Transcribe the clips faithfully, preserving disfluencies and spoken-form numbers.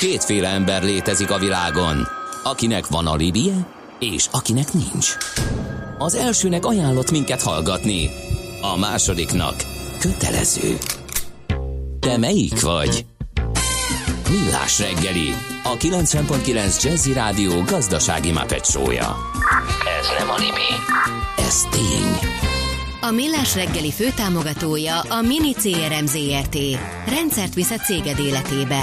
Kétféle ember létezik a világon, akinek van alibije, és akinek nincs. Az elsőnek ajánlott minket hallgatni, a másodiknak kötelező. Te melyik vagy? Millás reggeli, a kilencven pont kilenc Jazzy Rádió gazdasági Muppet show-ja. Ez nem anime, ez tény. A Millás reggeli főtámogatója a Mini cé er em zé er té. Rendszert visz a céged életébe.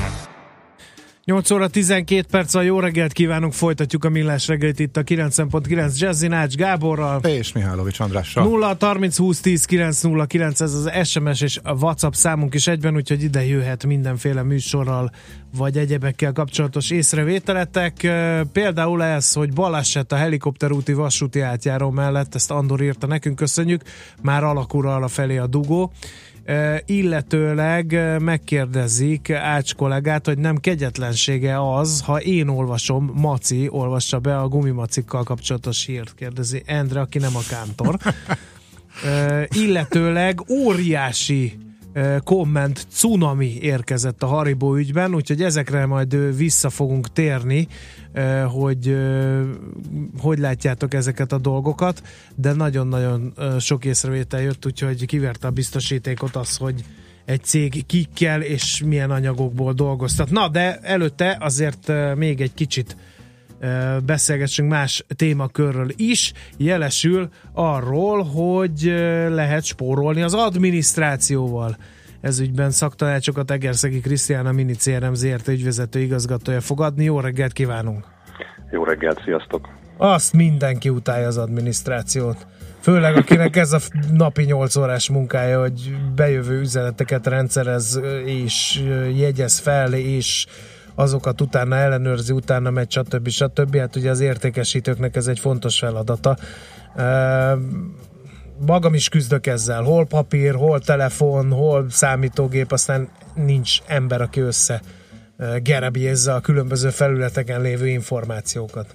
nyolc óra tizenkét perc, a jó reggelt kívánunk, folytatjuk a Millás reggelit itt a kilencven pont kilenc Jazzy Nács Gáborral. És Mihálovics Andrással. nulla harminc húsz tíz kilenc nulla kilenc, ez az es em es és a WhatsApp számunk is egyben, úgyhogy ide jöhet mindenféle műsorral vagy egyebekkel kapcsolatos észrevételetek. Például ez, hogy baleset a helikopterúti vasúti átjáró mellett, ezt Andor írta nekünk, köszönjük, már alakul arra felé a dugó. Uh, illetőleg megkérdezik Ács kollégát, hogy nem kegyetlensége az, ha én olvasom, Maci olvassa be a gumimacikkal kapcsolatos hírt, kérdezi Endre, aki nem a kántor. Uh, illetőleg óriási uh, komment, cunami érkezett a Haribo ügyben, úgyhogy ezekre majd uh, vissza fogunk térni, uh, hogy uh, hogy látjátok ezeket a dolgokat, de nagyon-nagyon uh, sok észrevétel jött, úgyhogy kiverte a biztosítékot az, hogy egy cég kikkel és milyen anyagokból dolgoztat. Na, de előtte azért uh, még egy kicsit uh, beszélgessünk más témakörről is, jelesül arról, hogy uh, lehet spórolni az adminisztrációval. Ez ügyben szaktanácsokat Egerszegi Krisztián, a Mini cé er em zé er té ügyvezető igazgatója fog adni. Jó reggelt kívánunk! Jó reggelt, sziasztok! Azt mindenki utálja az adminisztrációt. Főleg akinek ez a napi nyolc órás munkája, hogy bejövő üzeneteket rendszerez és jegyez fel, és azokat utána ellenőrzi, utána megy, stb. stb. Hát ugye az értékesítőknek ez egy fontos feladata. Magam is küzdök ezzel. Hol papír, hol telefon, hol számítógép, aztán nincs ember, aki össze gerebjézze a különböző felületeken lévő információkat.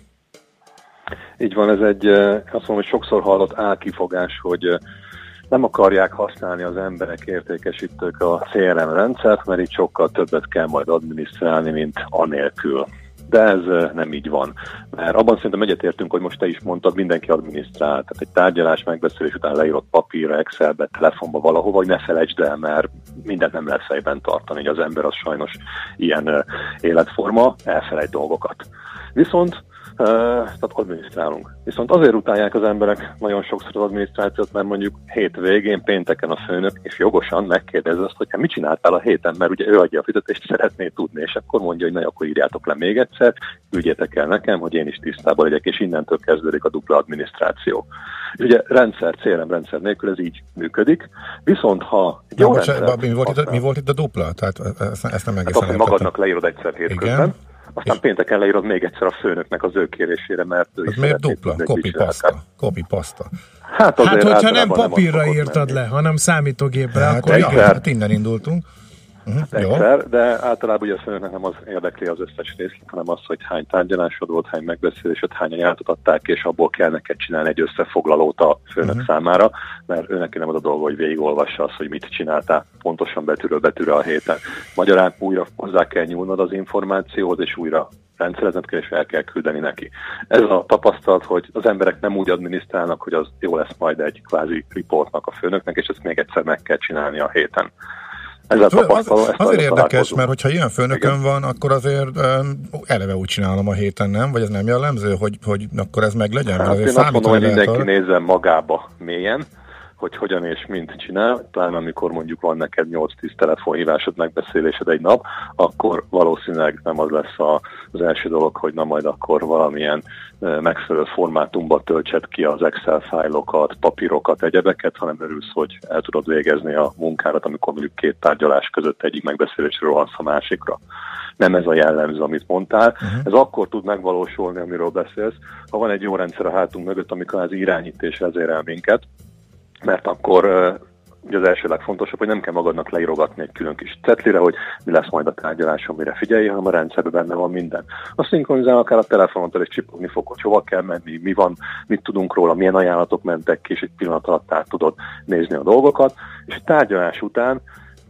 Így van, ez egy, azt mondom, hogy sokszor hallott álkifogás, hogy nem akarják használni az emberek, értékesítők a cé er em rendszert, mert így sokkal többet kell majd adminisztrálni, mint anélkül. De ez nem így van. Mert abban szerintem egyetértünk, hogy most te is mondtad, mindenki adminisztrál. Tehát egy tárgyalás, megbeszélés után leírott papírra, Excelbe, telefonba valahova, hogy ne felejtsd el, mert mindent nem lehet fejben tartani, hogy az ember az sajnos ilyen életforma, elfelejt dolgokat. Viszont Uh, tehát adminisztrálunk. Viszont azért utálják az emberek nagyon sokszor az adminisztrációt, mert mondjuk hét végén, pénteken a főnök, és jogosan megkérdezi azt, hogy hát mit csináltál a héten, mert ugye ő adja a fizetést, szeretné tudni, és akkor mondja, hogy na, akkor írjátok le még egyszer, küldjétek el nekem, hogy én is tisztában legyek, és innentől kezdődik a dupla adminisztráció. Ugye rendszer, cé er em rendszer nélkül ez így működik, viszont ha jó Na, rendszer... Mi volt, itt, mi volt itt a dupla? Tehát ezt, ezt nem egészen hát azt, magadnak leírod egyszer hétközben, aztán és pénteken leírod még egyszer a főnöknek az ő kérésére, mert ő is miért dupla? Copy-pasta. Copy-pasta. Hát, hát hogyha nem papírra nem írtad menni. le, hanem számítógépre, hát akkor igen, hát innen indultunk. Uh-huh, egyszer, de általában ugye a főnöknek nem az érdekli az összes részlet, hanem az, hogy hány tárgyalásod volt, hány megbeszélésed, hány ajánlatot adták, és abból kell neked csinálni egy összefoglalót a főnök uh-huh. számára, mert ő neki nem az a dolga, hogy végigolvassa azt, hogy mit csináltál pontosan betűről betűre a héten. Magyarán újra hozzá kell nyúlnod az információhoz, és újra rendszerezned kell, és el kell küldeni neki. Ez a tapasztalat, hogy az emberek nem úgy adminisztrálnak, hogy az jó lesz majd egy kvázi riportnak a főnöknek, és ezt még egyszer meg kell csinálni a héten. Az, azért érdekes, mert hogyha ilyen főnökön igen. van, akkor azért um, eleve úgy csinálom a héten, nem? Vagy ez nem jellemző, hogy, hogy akkor ez meg legyen? Hát én azt mondom, hogy mindenki arra... nézzen magába mélyen, hogy hogyan és mint csinál, pláne amikor mondjuk van neked nyolc-tíz telefonhívásod, megbeszélésed egy nap, akkor valószínűleg nem az lesz a, az első dolog, hogy na majd akkor valamilyen e, megfelelő formátumba töltsed ki az Excel fájlokat, papírokat, egyebeket, hanem örülsz, hogy el tudod végezni a munkádat, amikor mondjuk két tárgyalás között egyik megbeszélésről rohansz a másikra. Nem ez a jellemző, amit mondtál. Uh-huh. Ez akkor tud megvalósulni, amiről beszélsz, ha van egy jó rendszer a hátunk mögött, amikor az irányítás vezérel minket, mert akkor ugye az első legfontosabb, hogy nem kell magadnak leírogatni egy külön kis cetlire, hogy mi lesz majd a tárgyaláson, mire figyelj, hanem a rendszerben benne van minden. A szinkronizál akár a telefonontól, és csipogni fog, hogy hova kell menni, mi van, mit tudunk róla, milyen ajánlatok mentek ki, és egy pillanat alatt át tudod nézni a dolgokat, és a tárgyalás után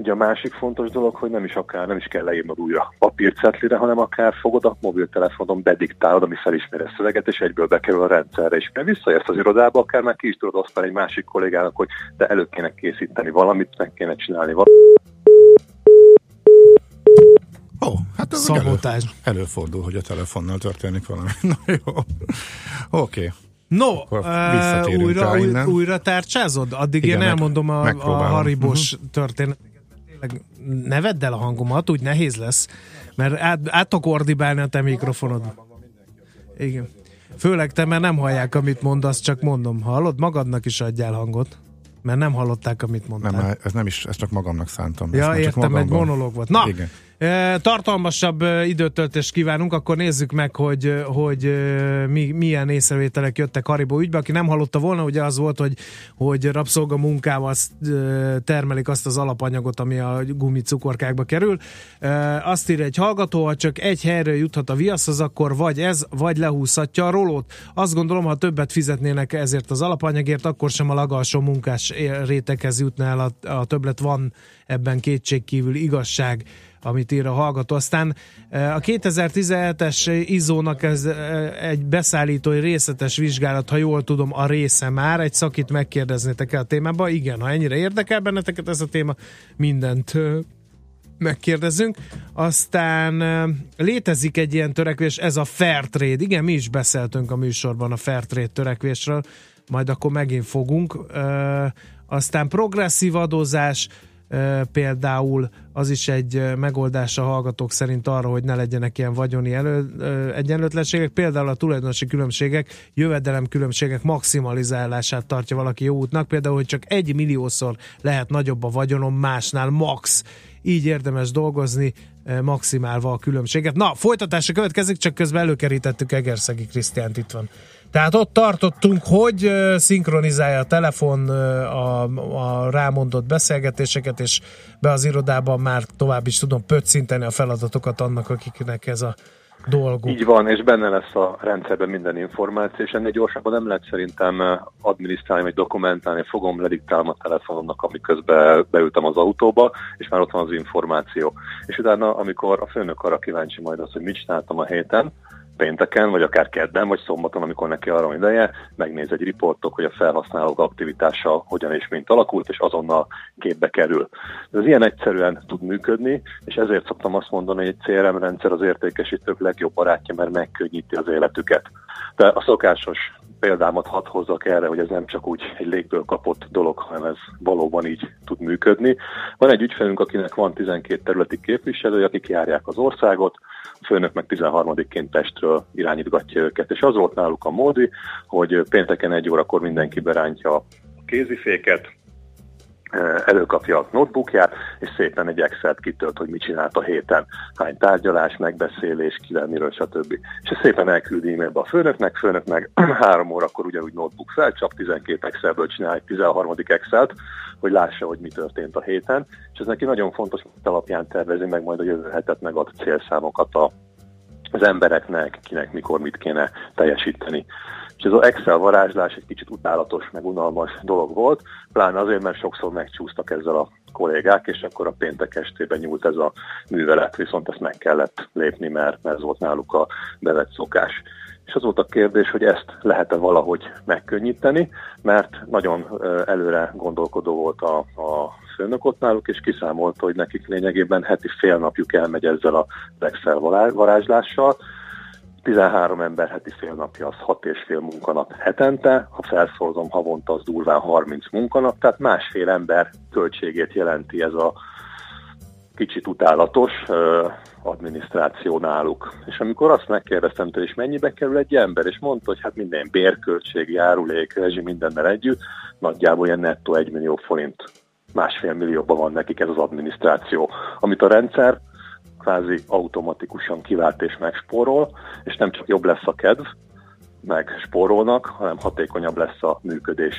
Ugye a másik fontos dolog, hogy nem is akár, nem is kell leírnod újra papírcetlire, hanem akár fogod a mobiltelefonon, bediktálod, ami felismeri a szöveget, és egyből bekerül a rendszerre, és mert visszaérsz az irodába, akár már ki is tudod osztani egy másik kollégának, hogy de elő kéne készíteni valamit, meg kéne csinálni valamit. Ó, oh, hát ez elő, előfordul, hogy a telefonnal történik valami. Na jó, oké. Okay. No, uh, újra, új, újra tárcsázod? Addig igen, én elmondom a, a Haribós uh-huh. történeteket. Tényleg ne vedd el a hangomat, úgy nehéz lesz, mert át, át tudok ordibálni a te mikrofonod. Igen. Főleg te, mert nem hallják, amit mondasz, csak mondom. Hallod? Magadnak is adjál hangot, mert nem hallották, amit mondtál. Nem, ez nem is, ezt csak magamnak szántam. Ja, értem, egy monológ volt. Na, igen. Tartalmasabb időtöltést kívánunk, akkor nézzük meg, hogy, hogy mi, milyen észrevételek jöttek Haribo ügybe. Aki nem hallotta volna, ugye az volt, hogy, hogy rabszolgamunkával termelik azt az alapanyagot, ami a gumicukorkákba kerül. Azt írja egy hallgató, ha csak egy helyre juthat a viaszhoz, akkor vagy ez, vagy lehúzhatja a rolót. Azt gondolom, ha többet fizetnének ezért az alapanyagért, akkor sem a legalsó munkás réteghez jutna el a, a többlet. Van ebben kétségkívül igazság, amit ír a hallgató. Aztán a kétezer-tizenhetes I S O-nak ez egy beszállítói részletes vizsgálat, ha jól tudom, a része már. Egy szakit megkérdeznétek el a témában. Igen, ha ennyire érdekel benneteket ez a téma, mindent megkérdezünk. Aztán létezik egy ilyen törekvés, ez a Fairtrade. Igen, mi is beszéltünk a műsorban a Fairtrade törekvésről, majd akkor megint fogunk. Aztán progresszív adózás, például az is egy megoldás a hallgatók szerint arra, hogy ne legyenek ilyen vagyoni elő, egyenlőtlenségek, például a tulajdonosi különbségek, jövedelem különbségek maximalizálását tartja valaki jó útnak, például, hogy csak egy milliószor lehet nagyobb a vagyonom, másnál max. Így érdemes dolgozni, maximálva a különbséget. Na, folytatása következik, csak közben előkerítettük Egerszegi Krisztiánt, itt van. Tehát ott tartottunk, hogy uh, szinkronizálja a telefon uh, a, a rámondott beszélgetéseket, és be az irodában már tovább is tudom pöccinteni a feladatokat annak, akiknek ez a dolguk. Így van, és benne lesz a rendszerben minden információ, és ennél gyorsabban nem lehet szerintem adminisztrálni, vagy dokumentálni, fogom, lediktálom a telefonomnak, amiközben beültem az autóba, és már ott van az információ. És utána, amikor a főnök arra kíváncsi majd az, hogy mit csináltam a héten, pénteken, vagy akár kedden, vagy szombaton, amikor neki arra van ideje, megnéz egy riportok, hogy a felhasználók aktivitása hogyan és mint alakult, és azonnal képbe kerül. De ez ilyen egyszerűen tud működni, és ezért szoktam azt mondani, hogy egy cé er em rendszer az értékesítők legjobb barátja, mert megkönnyíti az életüket. De a szokásos példámat hadd hozzak erre, hogy ez nem csak úgy egy légből kapott dolog, hanem ez valóban így tud működni. Van egy ügyfelünk, akinek van tizenkét területi képviselője, akik járják az országot, a főnök meg tizenharmadikként Pestről irányítgatja őket. És az volt náluk a módi, hogy pénteken egy órakor mindenki berántja a kéziféket, előkapja a notebookját, és szépen egy Excel-t kitölt, hogy mit csinált a héten. Hány tárgyalás, megbeszélés, kivel, miről, stb. És ezt szépen elküldi e-mailbe a főnöknek, főnök meg három órakor ugyanúgy notebook felcsap, tizenkét Excelből csinál egy tizenharmadik Excel-t, hogy lássa, hogy mi történt a héten. És ez neki nagyon fontos, hogy alapján tervezi meg majd a jövő hetet megad célszámokat a, az embereknek, kinek mikor mit kéne teljesíteni. És ez az Excel varázslás egy kicsit utálatos, meg unalmas dolog volt, pláne azért, mert sokszor megcsúsztak ezzel a kollégák, és akkor a péntek estében nyúlt ez a művelet, viszont ezt meg kellett lépni, mert, mert ez volt náluk a bevett szokás. És az volt a kérdés, hogy ezt lehet-e valahogy megkönnyíteni, mert nagyon előre gondolkodó volt a, a főnök ott náluk, és kiszámolta, hogy nekik lényegében heti fél napjuk elmegy ezzel az Excel varázslással. tizenhárom ember heti fél napja, az hat és fél munkanap hetente, ha felszorozom havonta, az durván harminc munkanap, tehát másfél ember költségét jelenti ez a kicsit utálatos uh, adminisztráció náluk. És amikor azt megkérdeztem tőle, és mennyibe kerül egy ember, és mondta, hogy hát minden bérköltség, járulék, rezsi, mindennel együtt, nagyjából ilyen nettó egy millió forint, másfél millióban van nekik ez az adminisztráció, amit a rendszer kvázi automatikusan kivált és megspórol, és nem csak jobb lesz a kedv, meg spórolnak, hanem hatékonyabb lesz a működésük.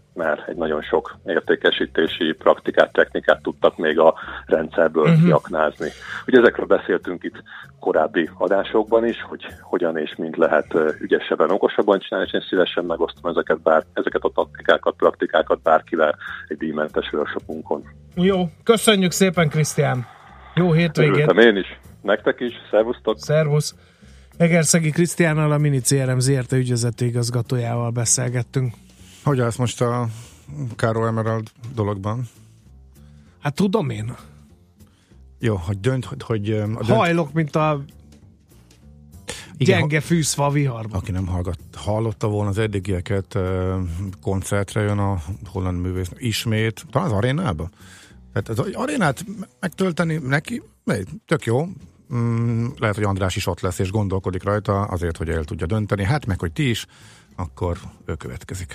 mert egy nagyon sok értékesítési praktikát, technikát tudtak még a rendszerből uh-huh. kiaknázni. Ugye ezekről beszéltünk itt korábbi adásokban is, hogy hogyan és mint lehet ügyesebben, okosabban csinálni, és én szívesen megosztom ezeket, bár, ezeket a taktikákat, praktikákat bárkivel egy díjmentes workshopunkon. Jó, köszönjük szépen, Krisztián! Jó hétvégét! Örültem én is, nektek is, szervusztok! Szervusz! Egerszegi Krisztiánnal, a Mini cé er em zé er té ügyvezető igazgatójával beszélgettünk. Hogy állsz most a Caro Emerald dologban? Hát tudom én. Jó, hogy dönt, hogy... hogy a dönt... Hajlok, mint a igen, gyenge fűszfa a viharban. Aki nem hallgat, hallotta volna az eddigieket, koncertre jön a holland művész ismét, talán az arénába. Tehát az arénát megtölteni neki, tök jó. Lehet, hogy András is ott lesz és gondolkodik rajta azért, hogy el tudja dönteni. Hát meg, hogy ti is, akkor ő következik.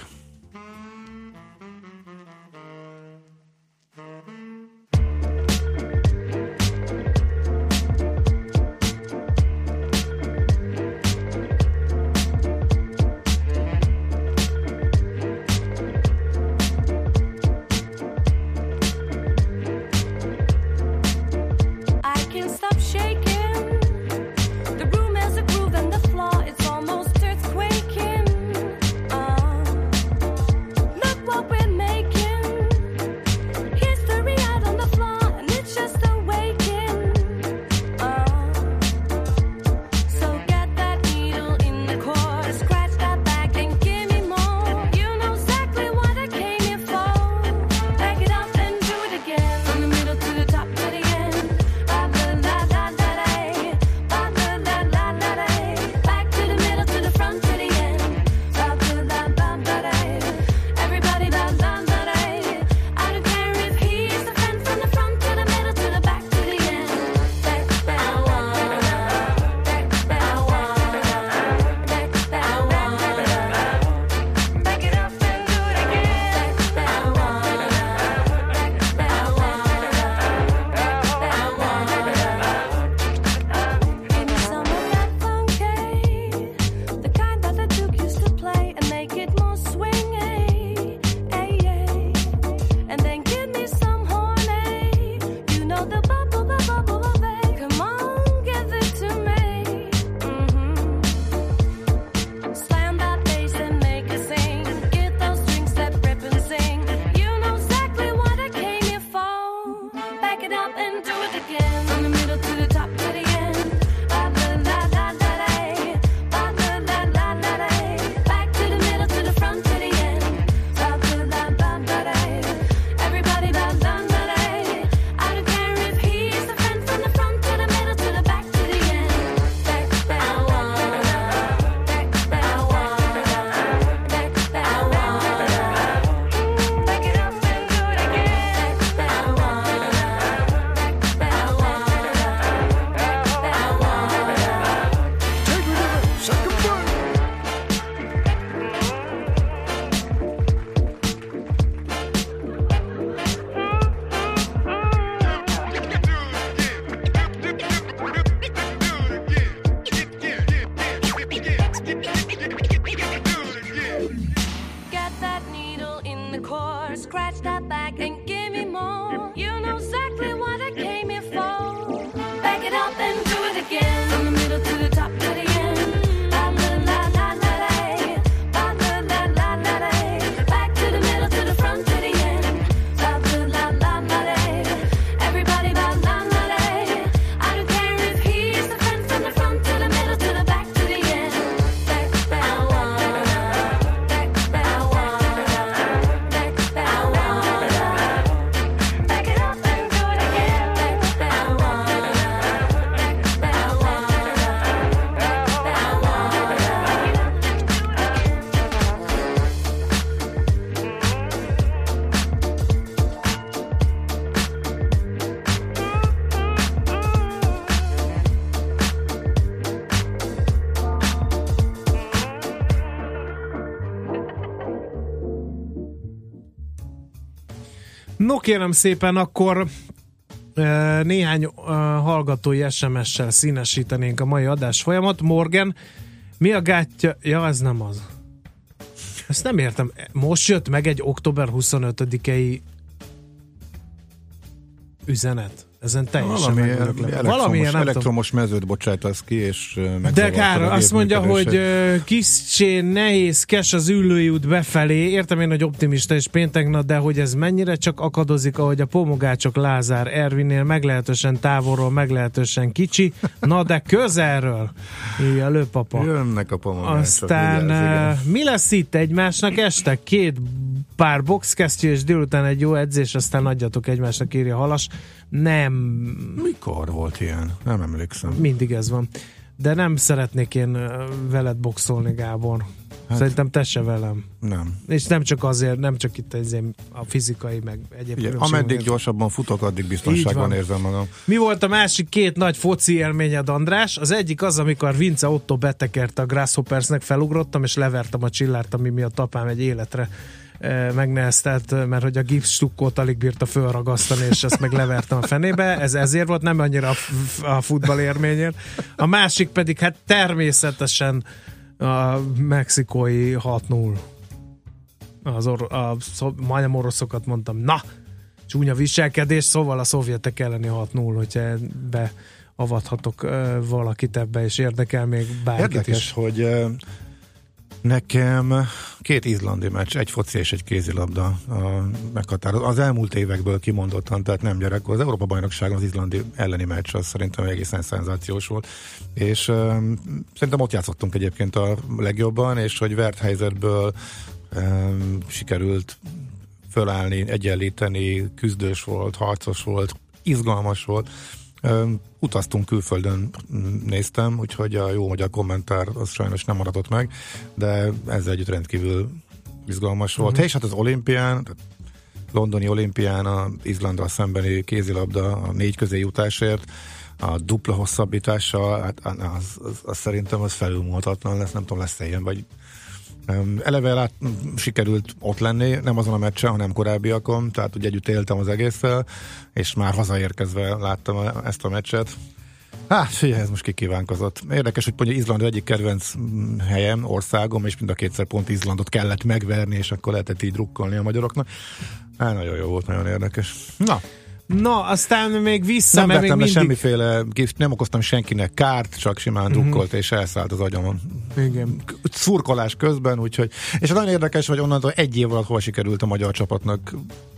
No kérem szépen, akkor e, néhány e, hallgatói es em es-sel színesítenénk a mai adás folyamat. Morgan, mi a gátja? Ja, ez nem az. Ezt nem értem. Most jött meg egy október huszonötödikei üzenet. Ezen teljesen Valami megöröklek. Valamilyen elektromos mezőt bocsátasz ki, és de kár, azt mondja, hogy kicsi nehézkes az Üllői út befelé. Értem én, hogy optimista és péntekna, de hogy ez mennyire csak akadozik, ahogy a Pomogácsok Lázár Ervinnél meglehetősen távolról, meglehetősen kicsi. Na de közelről, írja Lőpapa. Jönnek a Pomogácsok. Aztán vigyázz, mi lesz itt egymásnak este? Két pár boxkesztyű, és délután egy jó edzés, aztán adjatok egymásnak, írja Halas. Nem. Mikor volt ilyen? Nem emlékszem. Mindig ez van. De nem szeretnék én veled boxolni, Gábor. Hát, szerintem te se velem. Nem. És nem csak azért, nem csak itt a fizikai, meg egyéb. Ugye, ameddig gyorsabban futok, addig biztonságban érzem magam. Mi volt a másik két nagy foci élményed, András? Az egyik az, amikor Vince Otto betekert a Grasshoppersnek, felugrottam, és levertem a csillárt, ami miatt apám egy életre megneheztelt, mert hogy a gipsz stukkót alig bírta fölragasztani, és ezt meg levertem a fenébe. Ez ezért volt, nem annyira a futball élményért. A másik pedig hát természetesen a mexikói hat null. Az or- a, szó, majdnem oroszokat mondtam. Na! Csúnya viselkedés, szóval a szovjetek elleni hat null, hogyha beavathatok uh, valakit ebbe, és érdekel még bárkit Érdekes, is. hogy uh, nekem két izlandi meccs, egy foci és egy kézilabda a meghatározó. Az elmúlt évekből kimondottan, tehát nem gyerek. Az Európa-bajnokságon az izlandi elleni meccs, az szerintem egészen szenzációs volt. És um, szerintem ott játszottunk egyébként a legjobban, és hogy vert helyzetből um, sikerült fölállni, egyenlíteni, küzdős volt, harcos volt, izgalmas volt. Um, utaztunk külföldön, néztem, úgyhogy a jó magyar kommentár az sajnos nem maradott meg, de ezzel együtt rendkívül izgalmas volt. Uh-huh. És hát az olimpián, londoni olimpián a Izlanddal szembeni kézilabda a négy közé jutásért, a dupla hosszabbítással, hát az, az, az szerintem az felülmúlhatatlan lesz, nem tudom, lesz-e ilyen, vagy um, eleve lát, sikerült ott lenni, nem azon a meccsen, hanem korábbiakon, tehát ugye együtt éltem az egésszel, és már hazaérkezve láttam a, ezt a meccset. Hát, figyelj, ez most kikívánkozott. Érdekes, hogy mondja, Izland egyik kedvenc helyem, országom, és mind a kétszer pont Izlandot kellett megverni, és akkor lehetett így drukkolni a magyaroknak. Hát, nagyon jó volt, nagyon érdekes. Na, Na, aztán még vissza, nem mert még mindig... mindig... semmiféle, nem okoztam senkinek kárt, csak simán uh-huh. drukkolt, és elszállt az agyamon. Igen. Szurkolás közben, úgyhogy... És nagyon érdekes, hogy onnantól egy év alatt hol sikerült a magyar csapatnak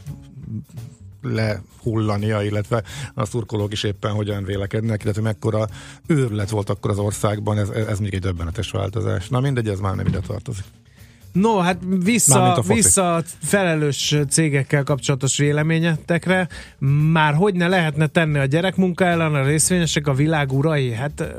lehullania, illetve a szurkolók is éppen hogyan vélekednek, illetve mekkora őrület volt akkor az országban, ez, ez még egy döbbenetes változás. Na mindegy, ez már nem ide tartozik. No, hát vissza, vissza felelős cégekkel kapcsolatos véleményetekre. Már hogy ne lehetne tenni a gyerekmunka ellen a részvényesek a világ urai? Hát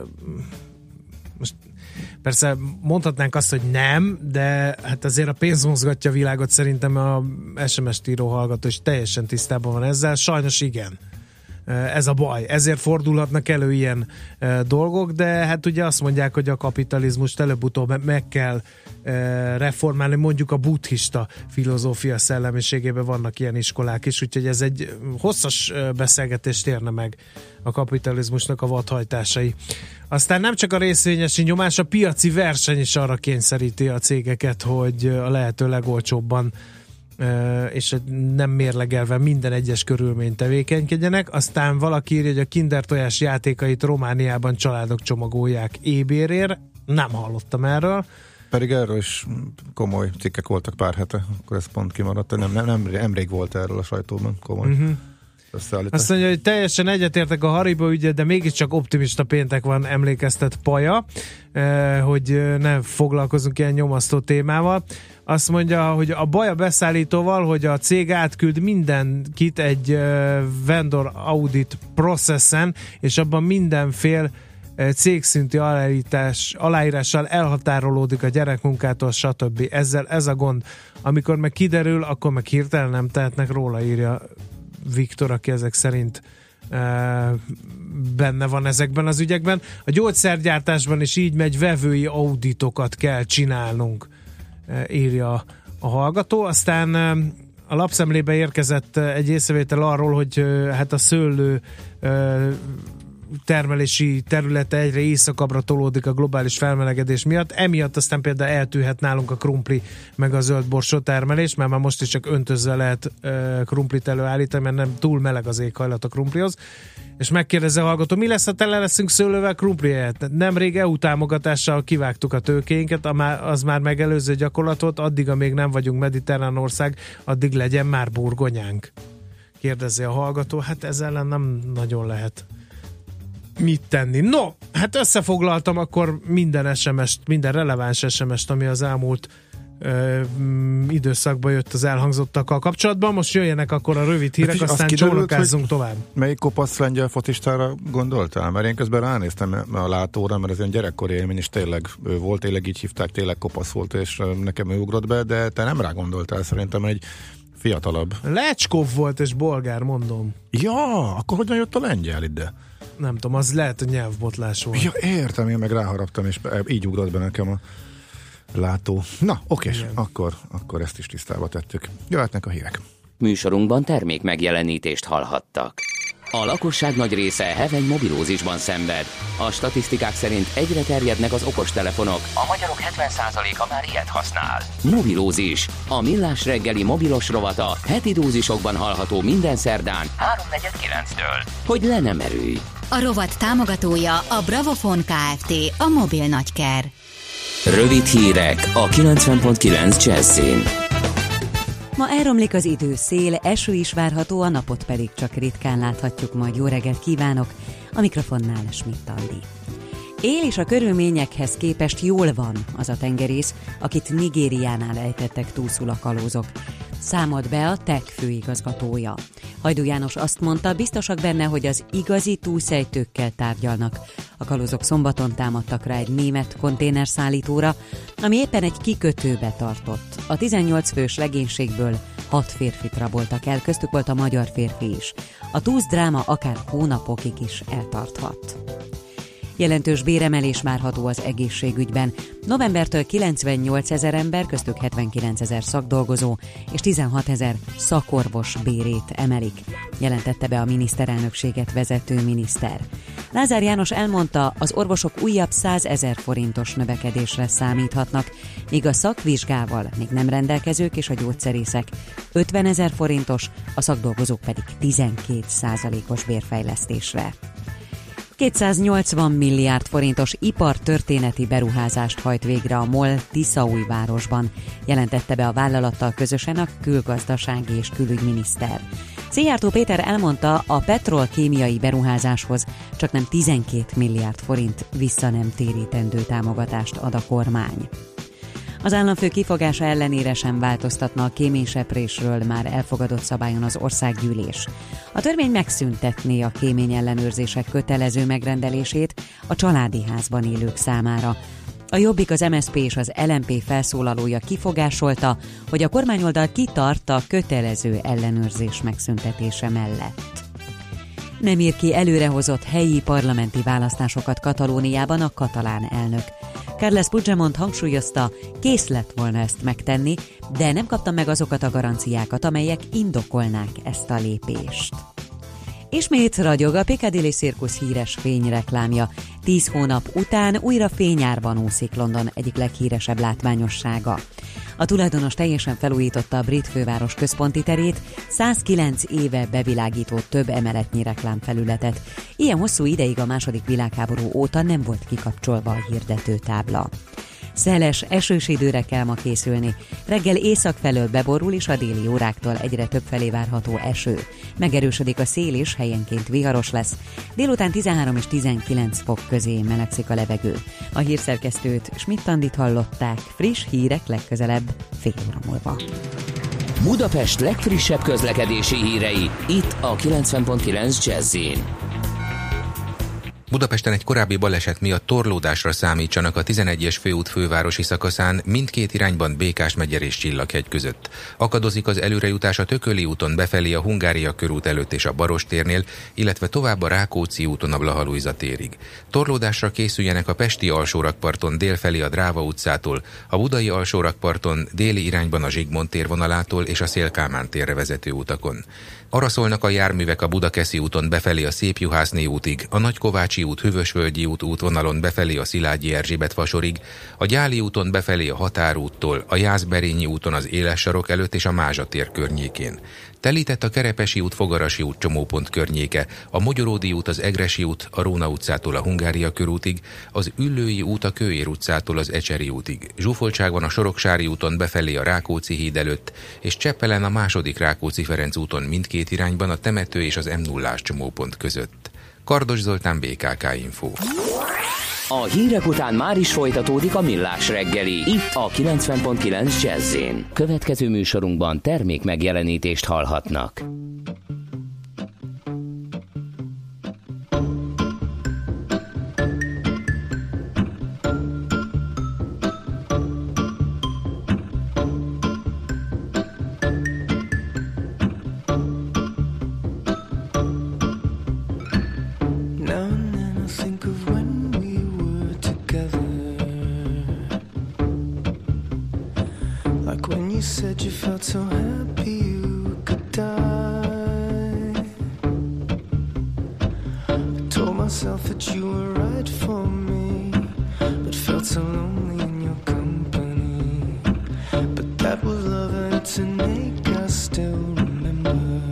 most persze mondhatnánk azt, hogy nem, de hát azért a pénz mozgatja a világot, szerintem a es em es-t író hallgató is teljesen tisztában van ezzel. Sajnos igen. Ez a baj. Ezért fordulhatnak elő ilyen e, dolgok, de hát ugye azt mondják, hogy a kapitalizmust előbb-utóbb meg kell e, reformálni, mondjuk a buddhista filozófia szellemiségében vannak ilyen iskolák is, úgyhogy ez egy hosszas beszélgetést érne meg a kapitalizmusnak a vadhajtásai. Aztán nem csak a részvényesi nyomás, a piaci verseny is arra kényszeríti a cégeket, hogy a lehető legolcsóbban és nem mérlegelve minden egyes körülményt tevékenykedjenek. Aztán valaki írja, hogy a Kinder tojás játékait Romániában családok csomagolják é-bérért. Nem hallottam erről. Pedig erről is komoly cikkek voltak pár hete, akkor ez pont kimaradt. Nem, nem, nem, nemrég volt erről a sajtóban komoly uh-huh. összeállítás. Azt mondja, hogy teljesen egyetértek a Haribo ügyet, de mégiscsak optimista péntek van, emlékeztet Paja, hogy ne foglalkozunk ilyen nyomasztó témával. Azt mondja, hogy a baj a beszállítóval, hogy a cég átküld mindenkit egy vendor audit processen, és abban mindenfél cégszintű aláírás, aláírással elhatárolódik a gyerekmunkától, stb. Ezzel ez a gond. Amikor meg kiderül, akkor meg hirtelen nem tehetnek róla, írja Viktor, aki ezek szerint e, benne van ezekben az ügyekben. A gyógyszergyártásban is így megy, vevői auditokat kell csinálnunk, e, írja a hallgató. Aztán e, a lapszemlébe érkezett egy észrevétel arról, hogy e, hát a szőlő e, termelési területe egyre északabbra tolódik a globális felmelegedés miatt, emiatt aztán például eltűhet nálunk a krumpli meg a zöldborsó termelés, mert már most is csak öntözzel lehet uh, krumplit előállítani, mert nem túl meleg az éghajlat a krumplihoz. És megkérdezze a hallgató, mi lesz, ha tele leszünk szőlővel krumpli helyett? Nemrég é u támogatással kivágtuk a tőkéinket, az már megelőző gyakorlatot, addig, amíg nem vagyunk mediterrán ország, addig legyen már burgonyánk. Kérdezi a hallgató, hát ezzel ellen nem nagyon lehet mit tenni. No, hát összefoglaltam akkor minden es em est, minden releváns es em est, ami az elmúlt ö, időszakban jött az elhangzottakkal kapcsolatban. Most jöjjenek akkor a rövid hírek, hát, aztán csónakázzunk tovább. Melyik kopasz lengyel focistára gondoltál? Mert én közben ránéztem a látóra, mert ez egy gyerekkori élmény, és tényleg ő volt, tényleg így hívták, tényleg kopasz volt, és nekem ő ugrott be, de te nem rá gondoltál, szerintem egy fiatalabb. Lecskov volt, és bolgár, mondom. Ja, akkor hogyan jött a lengyel ide? Nem tudom, az lehet, hogy nyelvbotlás volt. Ja, értem, én meg ráharaptam, és így ugrott be nekem a látó. Na, oké, akkor, akkor ezt is tisztába tettük. Jöhetnek a hírek. Műsorunkban termék megjelenítést hallhattak. A lakosság nagy része heveny mobilózisban szenved. A statisztikák szerint egyre terjednek az okostelefonok. A magyarok hetven százaléka már ilyet használ. Mobilózis. A Millás reggeli mobilos rovata heti dózisokban hallható minden szerdán háromnegyed kilenctől. Hogy le nem erőj. A rovat támogatója a Bravofon Kft. A mobil nagyker. Rövid hírek a kilencven pont kilenc Jazzin. Ma elromlik az idő, szél, eső is várható, a napot pedig csak ritkán láthatjuk, majd jó reggelt kívánok, a mikrofonnál Schmidt Andi. Él és a körülményekhez képest jól van az a tengerész, akit Nigériánál ejtettek túlszul a kalózok. Számolt be a té e ká főigazgatója. Hajdú János azt mondta, biztosak benne, hogy az igazi túlszejtőkkel tárgyalnak. A kalózok szombaton támadtak rá egy német konténerszállítóra, ami éppen egy kikötőbe tartott. A tizennyolc fős legénységből hat férfit raboltak el, köztük volt a magyar férfi is. A túszdráma akár hónapokig is eltarthat. Jelentős béremelés várható az egészségügyben. Novembertől kilencvennyolcezer ember, köztük hetvenkilencezer szakdolgozó és tizenhatezer szakorvos bérét emelik, jelentette be a miniszterelnökséget vezető miniszter. Lázár János elmondta, az orvosok újabb százezer forintos növekedésre számíthatnak, míg a szakvizsgával még nem rendelkezők és a gyógyszerészek ötvenezer forintos, a szakdolgozók pedig tizenkét százalékos bérfejlesztésre. kétszáznyolcvan milliárd forintos ipartörténeti beruházást hajt végre a MOL Tiszaújvárosban, jelentette be a vállalattal közösen a külgazdasági és külügyminiszter. Szijjártó Péter elmondta, a petrolkémiai beruházáshoz csaknem tizenkét milliárd forint vissza nem térítendő támogatást ad a kormány. Az államfő kifogása ellenére sem változtatna a kéményseprésről már elfogadott szabályon az országgyűlés. A törvény megszüntetné a kémény ellenőrzések kötelező megrendelését a családi házban élők számára. A Jobbik, az em es zé pé és az el em pé felszólalója kifogásolta, hogy a kormányoldal kitart a kötelező ellenőrzés megszüntetése mellett. Nem ír ki előrehozott helyi parlamenti választásokat Katalóniában a katalán elnök. Carles Puigdemont hangsúlyozta, kész lett volna ezt megtenni, de nem kapta meg azokat a garanciákat, amelyek indokolnák ezt a lépést. Ismét ragyog a Piccadilly Circus híres fényreklámja. Tíz hónap után újra fényárban úszik London egyik leghíresebb látványossága. A tulajdonos teljesen felújította a brit főváros központi terét, százkilenc éve bevilágított több emeletnyi reklámfelületet. Ilyen hosszú ideig a második világháború óta nem volt kikapcsolva a hirdetőtábla. Szeles, esős időre kell ma készülni. Reggel észak felől beborul, és a déli óráktól egyre több felé várható eső. Megerősödik a szél is, helyenként viharos lesz. Délután tizenhárom és tizenkilenc fok közé melegszik a levegő. A hírszerkesztőt, Schmidt Andit hallották, friss hírek legközelebb fél óra múlva. Budapest legfrissebb közlekedési hírei, itt a kilencven pont kilenc Jazz-in. Budapesten egy korábbi baleset miatt torlódásra számítsanak a tizenegyes főút fővárosi szakaszán mindkét irányban Békás megyer és Csillaghegy között. Akadozik az előrejutás a Tököli úton befelé a Hungária körút előtt és a Barostérnél, illetve tovább a Rákóczi úton a Blaha Lujza térig. Torlódásra készüljenek a pesti alsórakparton délfelé a Dráva utcától, a budai alsórakparton déli irányban a Zsigmond tér vonalától és a Széll-Kálmán térre vezető utakon. Arra szólnak a járművek a Budakeszi úton befelé a Szépjuhászné útig, a Nagykovácsi út, Hűvösvölgyi út útvonalon befelé a Szilágyi Erzsébet fasorig, a Gyáli úton befelé a Határúttól, a Jászberényi úton az Éles sarok előtt és a Mázsa tér környékén. Telített a Kerepesi út, Fogarasi út csomópont környéke, a Mogyoródi út, az Egressy út, a Róna utcától a Hungária körútig, az Üllői út a Kőér utcától az Ecseri útig. Zsúfoltság van a Soroksári úton befelé a Rákóczi híd előtt, és Cseppelen a második Rákóczi-Ferenc úton mindkét irányban a Temető és az em nullás csomópont között. Kardos Zoltán, bé ká ká Info. A hírek után már is folytatódik a Millás reggeli, itt a kilencven pont kilenc Jazz-én. Következő műsorunkban termék megjelenítést hallhatnak. So happy you could die. I told myself that you were right for me, but felt so lonely in your company. But that was love and it's an ache I still remember.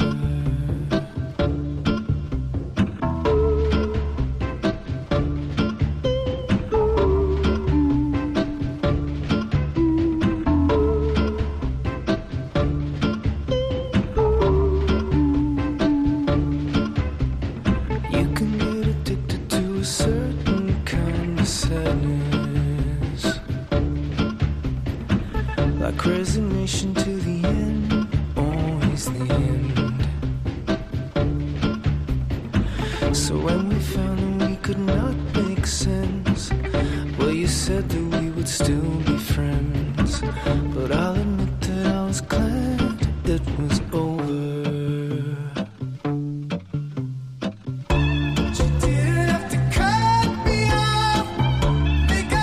Resignation to the end, always the end. So when we found that we could not make sense, well, you said that we would still be friends. But I'll admit that I was glad it was over. You didn't have to cut me off, make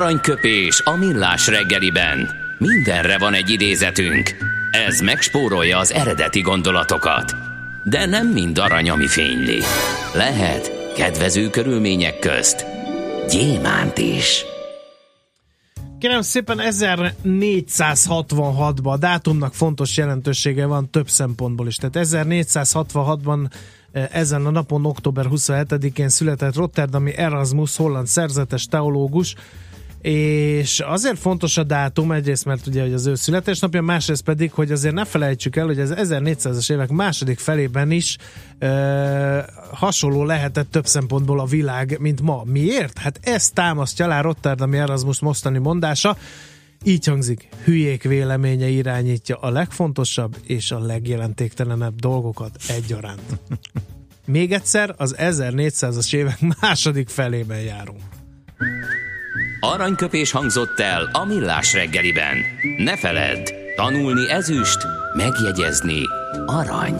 Aranyköpés a millás reggeliben. Mindenre van egy idézetünk. Ez megspórolja az eredeti gondolatokat. De nem mind arany, ami fényli. Lehet kedvező körülmények közt gyémánt is. Kérem szépen, ezernégyszázhatvanhatban a dátumnak fontos jelentősége van több szempontból is. Tehát ezernégyszázhatvanhatban ezen a napon, október huszonhetedikén született rotterdami Erasmus holland szerzetes teológus, és azért fontos a dátum, egyrészt mert ugye hogy az ő születésnapja, másrészt pedig, hogy azért ne felejtsük el, hogy az ezernégyszázas évek második felében is e, hasonló lehetett több szempontból a világ, mint ma. Miért? Hát ezt támasztja alá rotterdami Erasmus mostani mondása. Így hangzik: hülyék véleménye irányítja a legfontosabb és a legjelentéktelenebb dolgokat egyaránt. Még egyszer, az ezernégyszázas évek második felében járunk. Aranyköpés hangzott el a millás reggeliben. Ne feledd, tanulni ezüst, megjegyezni arany.